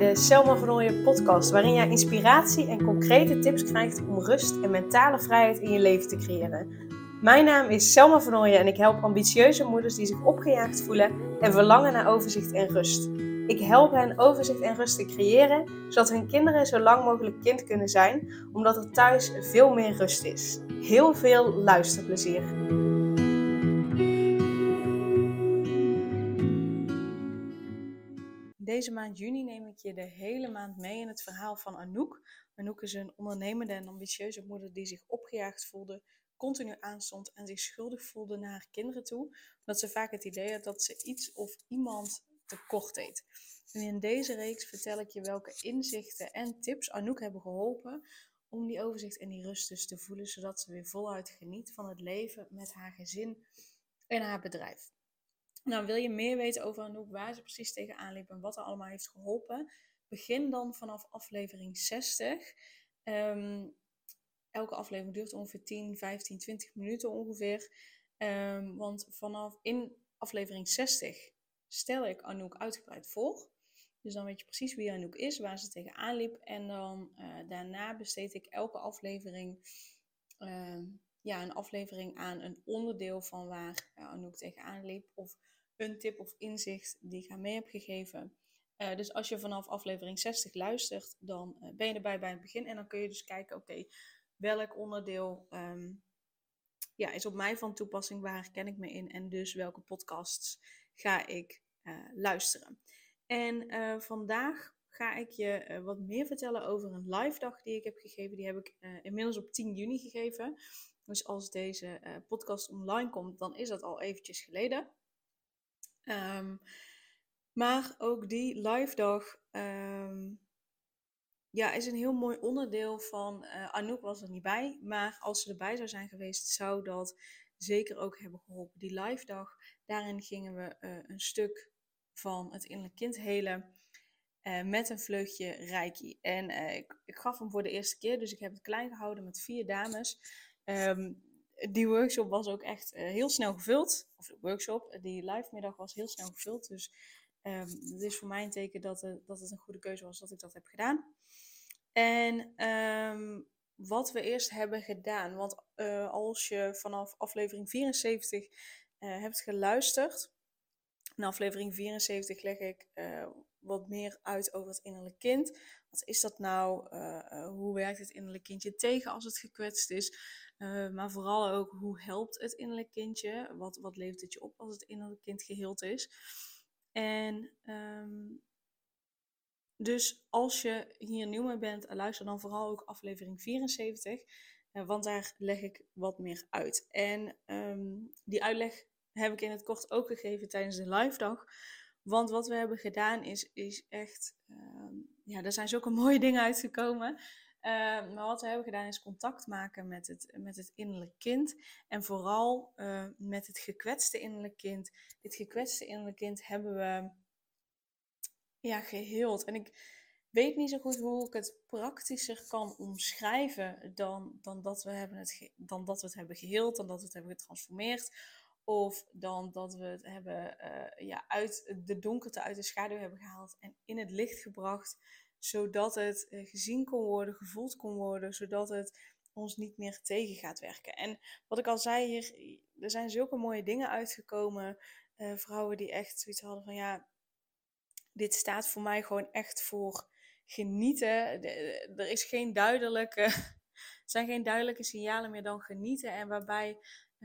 de Selma van Ooyen podcast, waarin jij inspiratie en concrete tips krijgt om rust en mentale vrijheid in je leven te creëren. Mijn naam is Selma van Ooyen en ik help ambitieuze moeders die zich opgejaagd voelen en verlangen naar overzicht en rust. Ik help hen overzicht en rust te creëren, zodat hun kinderen zo lang mogelijk kind kunnen zijn, omdat er thuis veel meer rust is. Heel veel luisterplezier! Deze maand juni neem ik je de hele maand mee in het verhaal van Anouk. Anouk is een ondernemende en ambitieuze moeder die zich opgejaagd voelde, continu aanstond en zich schuldig voelde naar haar kinderen toe. Omdat ze vaak het idee had dat ze iets of iemand tekort deed. En in deze reeks vertel ik je welke inzichten en tips Anouk hebben geholpen om die overzicht en die rust dus te voelen, zodat ze weer voluit geniet van het leven met haar gezin en haar bedrijf. Nou, wil je meer weten over Anouk, waar ze precies tegenaan liep en wat er allemaal heeft geholpen? Begin dan vanaf aflevering 60. Elke aflevering duurt ongeveer 10, 15, 20 minuten ongeveer. Want vanaf in aflevering 60 stel ik Anouk uitgebreid voor. Dus dan weet je precies wie Anouk is, waar ze tegenaan liep. En dan daarna besteed ik elke aflevering een aflevering aan een onderdeel van waar Anouk tegenaan liep. Of een tip of inzicht die ik haar mee heb gegeven. Dus als je vanaf aflevering 60 luistert, dan ben je erbij bij het begin. En dan kun je dus kijken, oké, welk onderdeel is op mij van toepassing, waar herken ik me in en dus welke podcasts ga ik luisteren. En vandaag ga ik je wat meer vertellen over een live dag die ik heb gegeven. Die heb ik inmiddels op 10 juni gegeven. Dus als deze podcast online komt, dan is dat al eventjes geleden. Maar ook die live dag is een heel mooi onderdeel van. Anouk was er niet bij, maar als ze erbij zou zijn geweest, zou dat zeker ook hebben geholpen. Die live dag, daarin gingen we een stuk van het innerlijk kind helen met een vleugje reiki. En ik gaf hem voor de eerste keer, dus ik heb het klein gehouden met 4 dames. Die workshop was ook echt heel snel gevuld. Of de workshop, die live middag was heel snel gevuld. Dus het is voor mij een teken dat het een goede keuze was dat ik dat heb gedaan. En wat we eerst hebben gedaan. Want als je vanaf aflevering 74 hebt geluisterd. In aflevering 74 leg ik wat meer uit over het innerlijk kind. Wat is dat nou? Hoe werkt het innerlijk kindje tegen als het gekwetst is? Maar vooral ook, hoe helpt het innerlijk kindje? Wat levert het je op als het innerlijk kind geheeld is? En dus als je hier nieuw mee bent, luister dan vooral ook aflevering 74. Want daar leg ik wat meer uit. En die uitleg heb ik in het kort ook gegeven tijdens de live dag. Want wat we hebben gedaan is echt... er zijn zulke mooie dingen uitgekomen. Maar wat we hebben gedaan is contact maken met het innerlijk kind. En vooral met het gekwetste innerlijk kind. Dit gekwetste innerlijk kind hebben we geheeld. En ik weet niet zo goed hoe ik het praktischer kan omschrijven dan dat we het hebben geheeld, dan dat we het hebben getransformeerd. Of dan dat we het hebben uit de donkerte, uit de schaduw hebben gehaald en in het licht gebracht. Zodat het gezien kon worden, gevoeld kon worden, zodat het ons niet meer tegen gaat werken. En wat ik al zei hier, er zijn zulke mooie dingen uitgekomen. Vrouwen die echt zoiets hadden van dit staat voor mij gewoon echt voor genieten. Er is geen er zijn geen duidelijke signalen meer dan genieten. En waarbij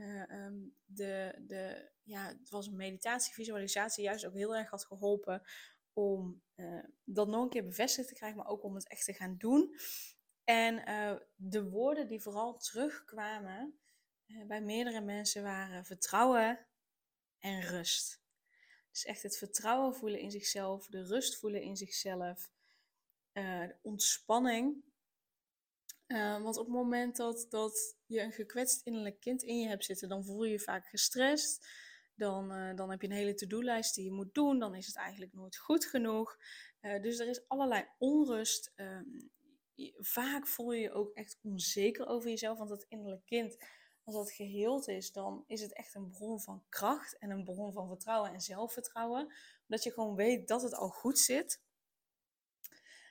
het was een meditatie, visualisatie juist ook heel erg had geholpen om dat nog een keer bevestigd te krijgen, maar ook om het echt te gaan doen. En de woorden die vooral terugkwamen bij meerdere mensen waren vertrouwen en rust. Dus echt het vertrouwen voelen in zichzelf, de rust voelen in zichzelf, de ontspanning. Want op het moment dat je een gekwetst innerlijk kind in je hebt zitten, dan voel je je vaak gestrest. Dan heb je een hele to-do-lijst die je moet doen. Dan is het eigenlijk nooit goed genoeg. Dus er is allerlei onrust. Vaak voel je je ook echt onzeker over jezelf. Want dat innerlijk kind, als dat geheeld is, dan is het echt een bron van kracht en een bron van vertrouwen en zelfvertrouwen. Omdat je gewoon weet dat het al goed zit.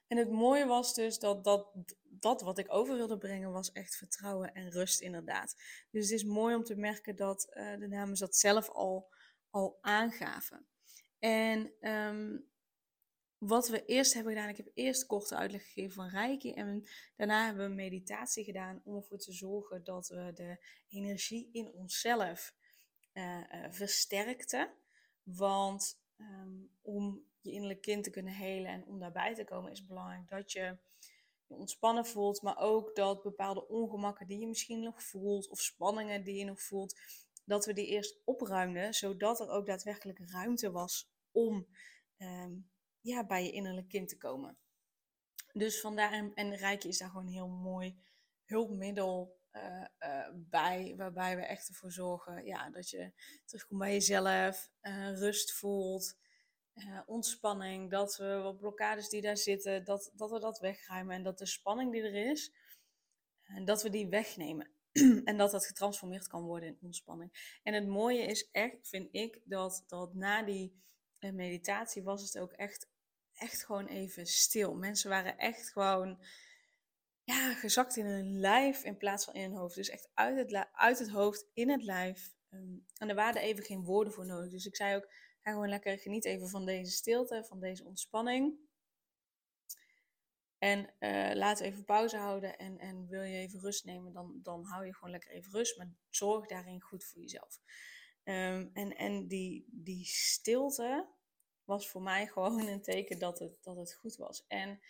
En het mooie was dus dat wat ik over wilde brengen was echt vertrouwen en rust inderdaad. Dus het is mooi om te merken dat de dames dat zelf al aangaven. En wat we eerst hebben gedaan, ik heb eerst korte uitleg gegeven van Reiki en daarna hebben we een meditatie gedaan om ervoor te zorgen dat we de energie in onszelf versterkten. Want om je innerlijk kind te kunnen helen en om daarbij te komen is het belangrijk dat je je ontspannen voelt, maar ook dat bepaalde ongemakken die je misschien nog voelt of spanningen die je nog voelt, dat we die eerst opruimden, zodat er ook daadwerkelijk ruimte was om bij je innerlijk kind te komen. Dus vandaar, en Reiki is daar gewoon een heel mooi hulpmiddel bij, waarbij we echt ervoor zorgen dat je terugkomt bij jezelf, rust voelt, ontspanning, dat we wat blokkades die daar zitten, dat we dat wegruimen en dat de spanning die er is, dat we die wegnemen. En dat getransformeerd kan worden in ontspanning. En het mooie is echt, vind ik, dat na die meditatie was het ook echt gewoon even stil. Mensen waren echt gewoon gezakt in hun lijf in plaats van in hun hoofd. Dus echt uit het hoofd in het lijf. En er waren even geen woorden voor nodig. Dus ik zei ook, ga gewoon lekker geniet even van deze stilte, van deze ontspanning. En laten we even pauze houden en wil je even rust nemen, dan hou je gewoon lekker even rust. Maar zorg daarin goed voor jezelf. En die stilte was voor mij gewoon een teken dat het goed was. En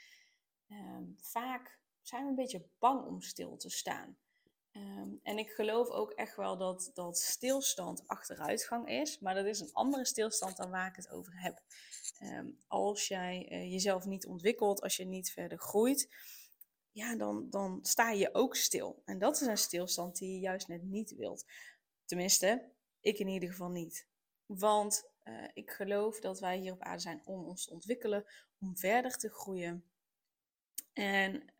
vaak zijn we een beetje bang om stil te staan. En ik geloof ook echt wel dat stilstand achteruitgang is. Maar dat is een andere stilstand dan waar ik het over heb. Als jij jezelf niet ontwikkelt, als je niet verder groeit, dan sta je ook stil. En dat is een stilstand die je juist net niet wilt. Tenminste, ik in ieder geval niet. Want ik geloof dat wij hier op aarde zijn om ons te ontwikkelen, om verder te groeien. En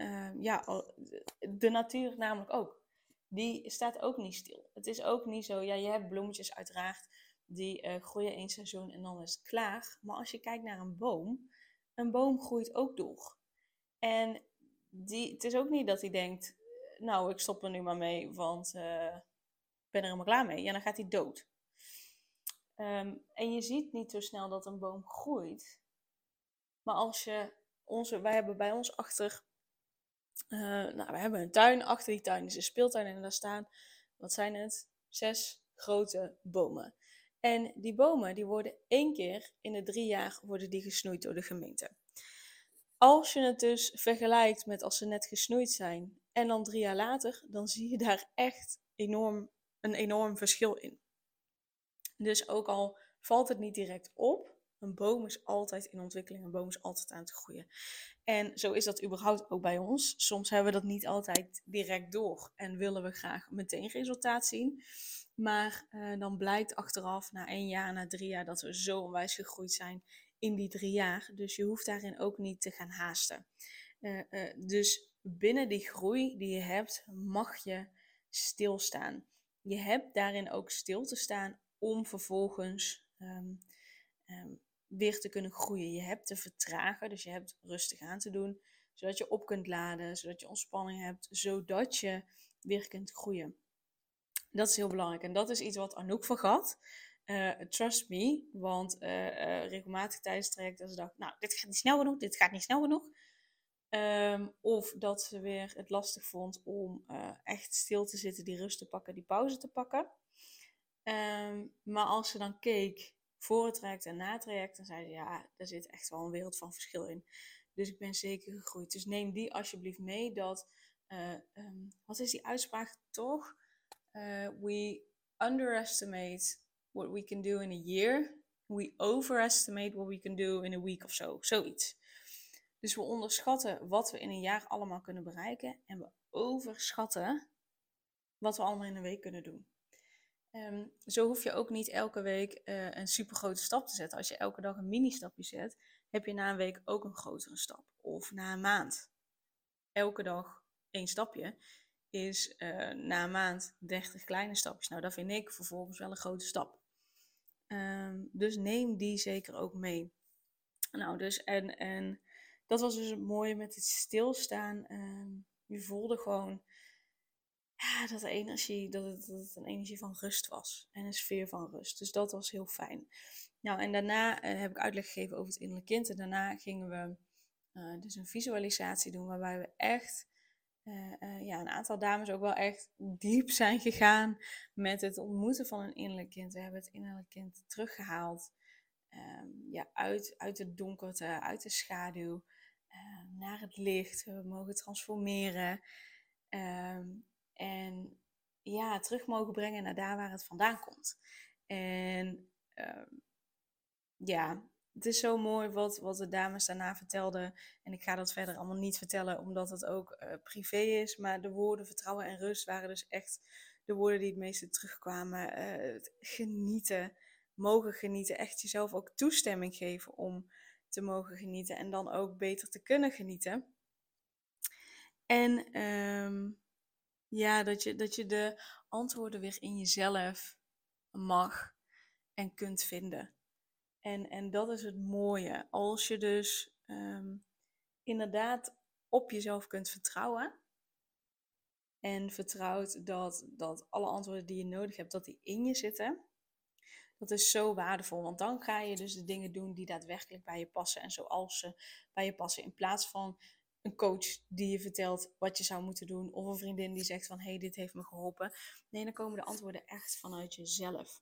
de natuur namelijk ook. Die staat ook niet stil. Het is ook niet zo, je hebt bloemetjes uiteraard, die groeien 1 seizoen en dan is het klaar. Maar als je kijkt naar een boom groeit ook door. En het is ook niet dat hij denkt, nou ik stop er nu maar mee, want ik ben er helemaal klaar mee. Ja, dan gaat hij dood. En je ziet niet zo snel dat een boom groeit. Maar als je wij hebben bij ons achter, we hebben een tuin. Achter die tuin is een speeltuin en daar staan, wat zijn het? 6 grote bomen. En die bomen die worden 1 keer in de 3 jaar worden die gesnoeid door de gemeente. Als je het dus vergelijkt met als ze net gesnoeid zijn en dan 3 jaar later, dan zie je daar echt een enorm verschil in. Dus ook al valt het niet direct op, een boom is altijd in ontwikkeling, een boom is altijd aan het groeien. En zo is dat überhaupt ook bij ons. Soms hebben we dat niet altijd direct door en willen we graag meteen resultaat zien. Maar dan blijkt achteraf, na 1 jaar, na 3 jaar, dat we zo onwijs gegroeid zijn in die 3 jaar. Dus je hoeft daarin ook niet te gaan haasten. Dus binnen die groei die je hebt, mag je stilstaan. Je hebt daarin ook stil te staan om vervolgens weer te kunnen groeien. Je hebt te vertragen, dus je hebt rustig aan te doen, zodat je op kunt laden, zodat je ontspanning hebt, zodat je weer kunt groeien. Dat is heel belangrijk en dat is iets wat Anouk vergat. Trust me, want regelmatig tijdens het traject dat ze dacht, nou, dit gaat niet snel genoeg, dit gaat niet snel genoeg. Of dat ze weer het lastig vond om echt stil te zitten, die rust te pakken, die pauze te pakken. Maar als ze dan keek voor het traject en na het traject, dan zei ze, ja, daar zit echt wel een wereld van verschil in. Dus ik ben zeker gegroeid. Dus neem die alsjeblieft mee dat, wat is die uitspraak toch? We underestimate what we can do in a year. We overestimate what we can do in a week of zo. Zoiets. Dus we onderschatten wat we in een jaar allemaal kunnen bereiken. En we overschatten wat we allemaal in een week kunnen doen. Zo hoef je ook niet elke week een supergrote stap te zetten. Als je elke dag een mini-stapje zet, heb je na een week ook een grotere stap. Of na een maand. Elke dag 1 stapje is na een maand 30 kleine stapjes. Nou, dat vind ik vervolgens wel een grote stap. Dus neem die zeker ook mee. Nou, dus en dat was dus het mooie met het stilstaan. Je voelde gewoon dat het een energie van rust was. En een sfeer van rust. Dus dat was heel fijn. Nou, en daarna heb ik uitleg gegeven over het innerlijk kind. En daarna gingen we dus een visualisatie doen waarbij we echt een aantal dames ook wel echt diep zijn gegaan met het ontmoeten van een innerlijk kind. We hebben het innerlijk kind teruggehaald uit het donkerte, uit de schaduw, naar het licht. We mogen transformeren en terug mogen brengen naar daar waar het vandaan komt. En het is zo mooi wat de dames daarna vertelden. En ik ga dat verder allemaal niet vertellen, omdat het ook privé is. Maar de woorden vertrouwen en rust waren dus echt de woorden die het meeste terugkwamen. Het genieten, mogen genieten. Echt jezelf ook toestemming geven om te mogen genieten. En dan ook beter te kunnen genieten. En dat je de antwoorden weer in jezelf mag en kunt vinden. En dat is het mooie. Als je dus inderdaad op jezelf kunt vertrouwen. En vertrouwt dat alle antwoorden die je nodig hebt, dat die in je zitten. Dat is zo waardevol. Want dan ga je dus de dingen doen die daadwerkelijk bij je passen. En zoals ze bij je passen. In plaats van een coach die je vertelt wat je zou moeten doen. Of een vriendin die zegt van, hey, dit heeft me geholpen. Nee, dan komen de antwoorden echt vanuit jezelf.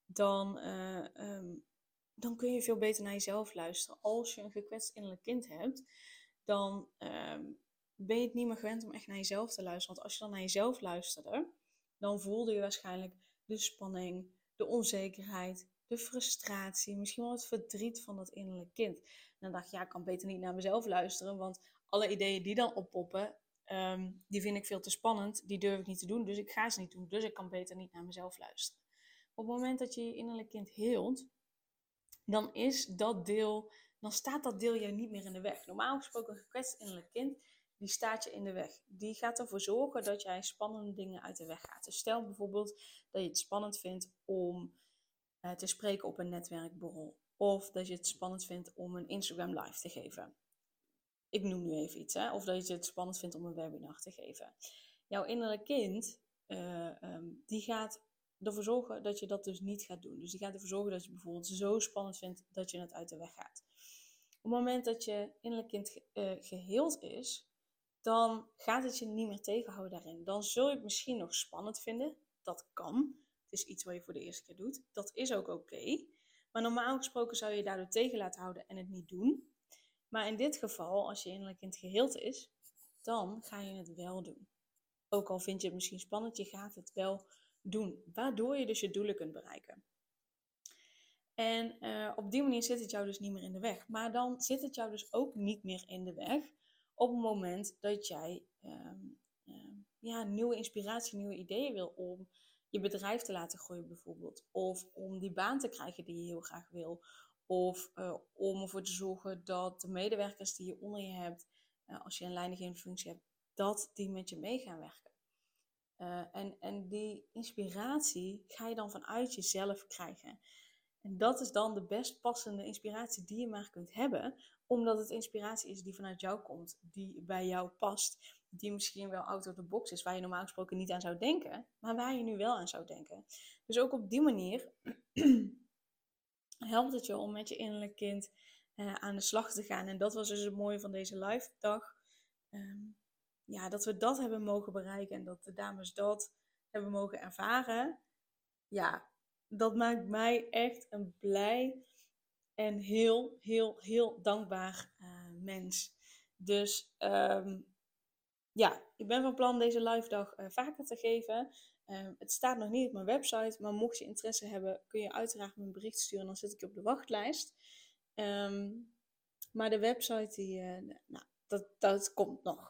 Dan kun je veel beter naar jezelf luisteren. Als je een gekwetst innerlijk kind hebt, dan ben je het niet meer gewend om echt naar jezelf te luisteren. Want als je dan naar jezelf luisterde, dan voelde je waarschijnlijk de spanning, de onzekerheid, de frustratie, misschien wel het verdriet van dat innerlijk kind. En dan dacht je, ik kan beter niet naar mezelf luisteren, want alle ideeën die dan oppoppen, die vind ik veel te spannend, die durf ik niet te doen, dus ik ga ze niet doen, dus ik kan beter niet naar mezelf luisteren. Op het moment dat je je innerlijk kind heelt, dan staat dat deel je niet meer in de weg. Normaal gesproken een gekwetst innerlijk kind, die staat je in de weg. Die gaat ervoor zorgen dat jij spannende dingen uit de weg gaat. Dus stel bijvoorbeeld dat je het spannend vindt om te spreken op een netwerkborrel. Of dat je het spannend vindt om een Instagram live te geven. Ik noem nu even iets. Of dat je het spannend vindt om een webinar te geven. Jouw innerlijk kind, die gaat ervoor zorgen dat je dat dus niet gaat doen. Dus die gaat ervoor zorgen dat je bijvoorbeeld zo spannend vindt dat je het uit de weg gaat. Op het moment dat je innerlijk kind geheeld is, dan gaat het je niet meer tegenhouden daarin. Dan zul je het misschien nog spannend vinden. Dat kan. Het is iets wat je voor de eerste keer doet. Dat is ook oké. Maar normaal gesproken zou je je daardoor tegen laten houden en het niet doen. Maar in dit geval, als je innerlijk kind geheeld is, dan ga je het wel doen. Ook al vind je het misschien spannend, je gaat het wel doen. Waardoor je dus je doelen kunt bereiken. En op die manier zit het jou dus niet meer in de weg. Maar dan zit het jou dus ook niet meer in de weg op het moment dat jij nieuwe inspiratie, nieuwe ideeën wil om je bedrijf te laten groeien bijvoorbeeld. Of om die baan te krijgen die je heel graag wil. Of om ervoor te zorgen dat de medewerkers die je onder je hebt, als je een leidinggevende functie hebt, dat die met je mee gaan werken. En die inspiratie ga je dan vanuit jezelf krijgen. En dat is dan de best passende inspiratie die je maar kunt hebben. Omdat het inspiratie is die vanuit jou komt. Die bij jou past. Die misschien wel out of the box is. Waar je normaal gesproken niet aan zou denken. Maar waar je nu wel aan zou denken. Dus ook op die manier helpt het je om met je innerlijk kind aan de slag te gaan. En dat was dus het mooie van deze live dag. Dat we dat hebben mogen bereiken. En dat de dames dat hebben mogen ervaren. Ja, dat maakt mij echt een blij en heel, heel, heel dankbaar mens. Dus ik ben van plan deze live dag vaker te geven. Het staat nog niet op mijn website, maar mocht je interesse hebben, kun je uiteraard me een bericht sturen. Dan zit ik op de wachtlijst. Maar de website, dat komt nog.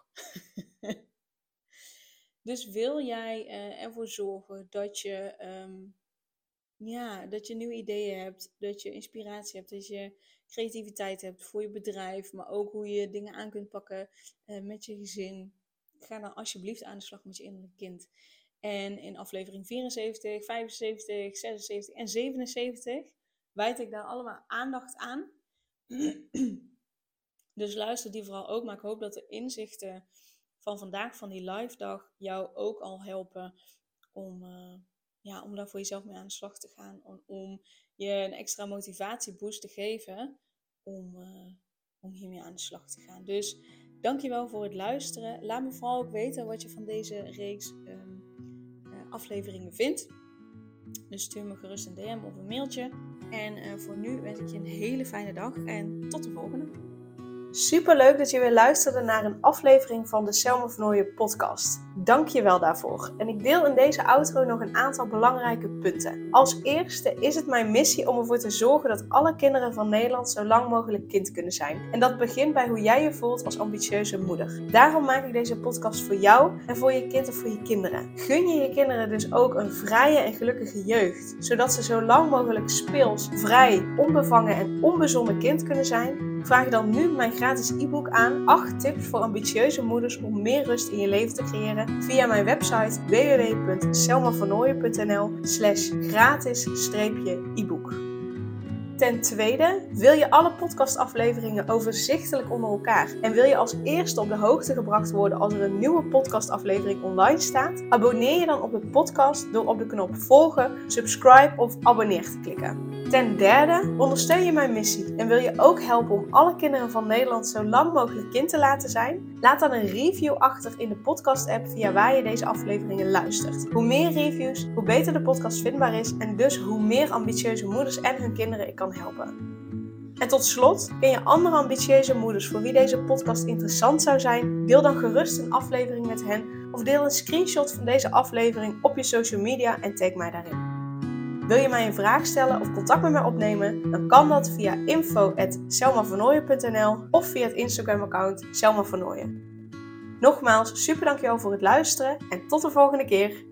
Dus wil jij ervoor zorgen dat je dat je nieuwe ideeën hebt, dat je inspiratie hebt, dat je creativiteit hebt voor je bedrijf, maar ook hoe je dingen aan kunt pakken met je gezin. Ga dan alsjeblieft aan de slag met je innerlijk kind. En in aflevering 74, 75, 76 en 77 wijd ik daar allemaal aandacht aan. Dus luister die vooral ook. Maar ik hoop dat de inzichten van vandaag, van die live dag, jou ook al helpen om daar voor jezelf mee aan de slag te gaan. Om je een extra motivatieboost te geven om hiermee aan de slag te gaan. Dus dankjewel voor het luisteren. Laat me vooral ook weten wat je van deze reeks afleveringen vindt. Dus stuur me gerust een DM of een mailtje. En voor nu wens ik je een hele fijne dag en tot de volgende. Super leuk dat je weer luisterde naar een aflevering van de Selma van Nooijen podcast. Dank je wel daarvoor. En ik deel in deze outro nog een aantal belangrijke punten. Als eerste is het mijn missie om ervoor te zorgen dat alle kinderen van Nederland zo lang mogelijk kind kunnen zijn. En dat begint bij hoe jij je voelt als ambitieuze moeder. Daarom maak ik deze podcast voor jou en voor je kind of voor je kinderen. Gun je kinderen dus ook een vrije en gelukkige jeugd, zodat ze zo lang mogelijk speels, vrij, onbevangen en onbezonnen kind kunnen zijn. Vraag je dan nu mijn gratis e-book aan 8 tips voor ambitieuze moeders om meer rust in je leven te creëren via mijn website www.selmavernooijen.nl/gratis-e-book. Ten tweede, wil je alle podcastafleveringen overzichtelijk onder elkaar en wil je als eerste op de hoogte gebracht worden als er een nieuwe podcastaflevering online staat? Abonneer je dan op de podcast door op de knop volgen, subscribe of abonneer te klikken. Ten derde, ondersteun je mijn missie en wil je ook helpen om alle kinderen van Nederland zo lang mogelijk kind te laten zijn? Laat dan een review achter in de podcast-app via waar je deze afleveringen luistert. Hoe meer reviews, hoe beter de podcast vindbaar is en dus hoe meer ambitieuze moeders en hun kinderen ik kan helpen. En tot slot, ken je andere ambitieuze moeders voor wie deze podcast interessant zou zijn? Deel dan gerust een aflevering met hen of deel een screenshot van deze aflevering op je social media en tag mij daarin. Wil je mij een vraag stellen of contact met mij opnemen? Dan kan dat via info@selmavernooijen.nl of via het Instagram-account Selma van Nooijen. Nogmaals, super dankjewel voor het luisteren en tot de volgende keer.